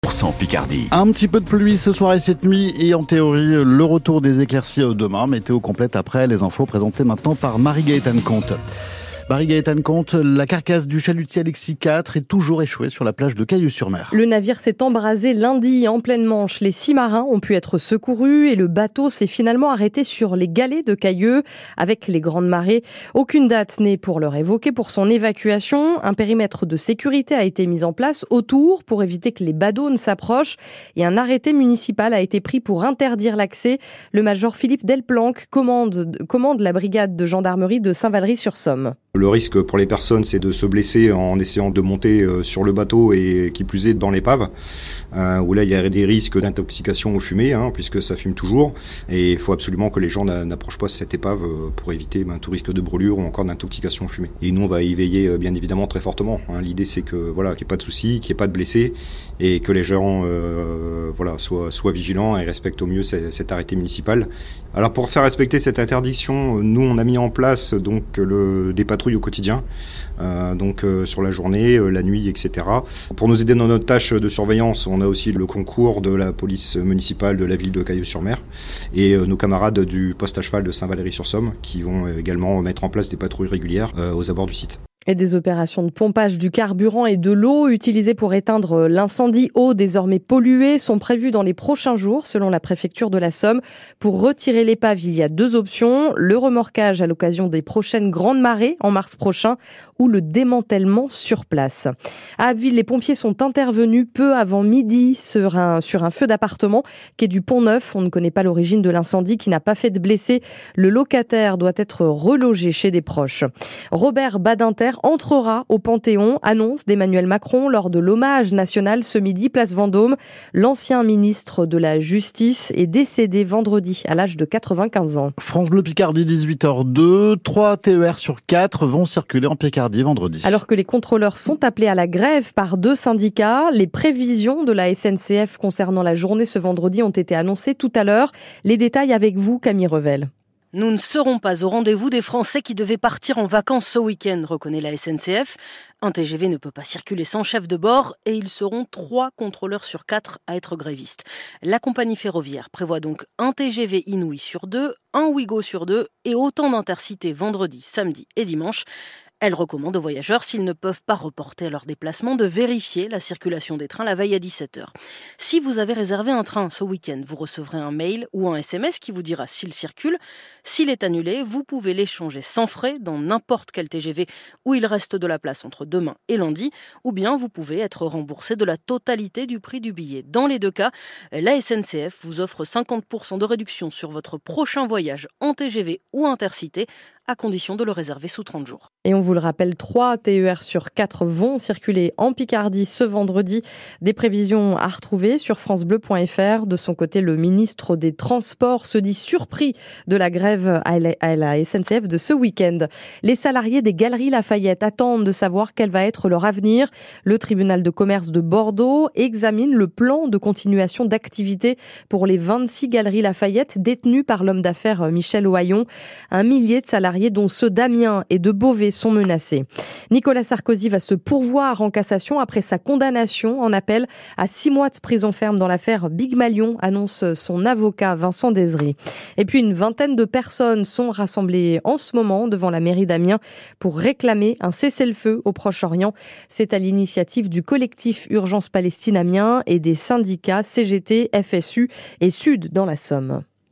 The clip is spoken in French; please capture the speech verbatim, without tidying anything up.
pour cent Picardie. Un petit peu de pluie ce soir et cette nuit et en théorie le retour des éclaircies demain. Météo complète après les infos présentées maintenant par Marie-Gaëtane Comte. Marie-Gaëtane Comte, la carcasse du chalutier Alexis quatre est toujours échouée sur la plage de Cailloux-sur-Mer. Le navire s'est embrasé lundi en pleine Manche. Les six marins ont pu être secourus et le bateau s'est finalement arrêté sur les galets de Cailleux avec les grandes marées. Aucune date n'est pour l'heure évoquée pour son évacuation. Un périmètre de sécurité a été mis en place autour pour éviter que les badauds ne s'approchent et un arrêté municipal a été pris pour interdire l'accès. Le major Philippe Delplanque commande, commande la brigade de gendarmerie de Saint-Valery-sur-Somme. Le risque pour les personnes, c'est de se blesser en essayant de monter sur le bateau et qui plus est dans l'épave, euh, où là il y a des risques d'intoxication aux fumées, hein, puisque ça fume toujours. Et il faut absolument que les gens n'approchent pas cette épave pour éviter ben, tout risque de brûlure ou encore d'intoxication aux fumées. Et nous, on va y veiller bien évidemment très fortement. Hein. L'idée, c'est que voilà, qu'il n'y ait pas de soucis, qu'il n'y ait pas de blessés et que les gens euh, voilà, soient, soient vigilants et respectent au mieux cet arrêté municipal. Alors pour faire respecter cette interdiction, nous on a mis en place donc le, des patrouilles au quotidien, euh, donc euh, sur la journée, euh, la nuit, et cetera. Pour nous aider dans notre tâche de surveillance, on a aussi le concours de la police municipale de la ville de Cailloux-sur-Mer et euh, nos camarades du poste à cheval de Saint-Valery-sur-Somme qui vont euh, également mettre en place des patrouilles régulières euh, aux abords du site. Et des opérations de pompage du carburant et de l'eau utilisées pour éteindre l'incendie, eau désormais polluée, sont prévues dans les prochains jours, selon la préfecture de la Somme. Pour retirer l'épave, il y a deux options, le remorquage à l'occasion des prochaines grandes marées en mars prochain ou le démantèlement sur place. À Abbeville, les pompiers sont intervenus peu avant midi sur un, sur un feu d'appartement quai du Pont-Neuf. On ne connaît pas l'origine de l'incendie qui n'a pas fait de blessés. Le locataire doit être relogé chez des proches. Robert Badinter entrera au Panthéon, annonce d'Emmanuel Macron lors de l'hommage national ce midi, place Vendôme. L'ancien ministre de la Justice est décédé vendredi à l'âge de quatre-vingt-quinze ans. France Bleu Picardie, dix-huit heures deux. trois T E R sur quatre vont circuler en Picardie vendredi. Alors que les contrôleurs sont appelés à la grève par deux syndicats, les prévisions de la S N C F concernant la journée ce vendredi ont été annoncées tout à l'heure. Les détails avec vous, Camille Revel. Nous ne serons pas au rendez-vous des Français qui devaient partir en vacances ce week-end, reconnaît la S N C F. Un T G V ne peut pas circuler sans chef de bord et ils seront trois contrôleurs sur quatre à être grévistes. La compagnie ferroviaire prévoit donc un T G V Inouï sur deux, un Ouigo sur deux et autant d'intercités vendredi, samedi et dimanche. Elle recommande aux voyageurs, s'ils ne peuvent pas reporter leur déplacement, de vérifier la circulation des trains la veille à dix-sept heures. Si vous avez réservé un train ce week-end, vous recevrez un mail ou un S M S qui vous dira s'il circule. S'il est annulé, vous pouvez l'échanger sans frais dans n'importe quel T G V où il reste de la place entre demain et lundi, ou bien vous pouvez être remboursé de la totalité du prix du billet. Dans les deux cas, la S N C F vous offre cinquante pour cent de réduction sur votre prochain voyage en T G V ou intercité, à condition de le réserver sous trente jours. Et on vous le rappelle, trois T E R sur quatre vont circuler en Picardie ce vendredi. Des prévisions à retrouver sur francebleu point f r. De son côté, le ministre des Transports se dit surpris de la grève à la S N C F de ce week-end. Les salariés des Galeries Lafayette attendent de savoir quel va être leur avenir. Le tribunal de commerce de Bordeaux examine le plan de continuation d'activité pour les vingt-six Galeries Lafayette détenues par l'homme d'affaires Michel Ohaillon. Un millier de salariés dont ceux d'Amiens et de Beauvais sont menacés. Nicolas Sarkozy va se pourvoir en cassation après sa condamnation en appel à six mois de prison ferme dans l'affaire Big Malion, annonce son avocat Vincent Desry. Et puis une vingtaine de personnes sont rassemblées en ce moment devant la mairie d'Amiens pour réclamer un cessez-le-feu au Proche-Orient. C'est à l'initiative du collectif Urgence Palestine Amiens et des syndicats C G T, F S U et Sud dans la Somme.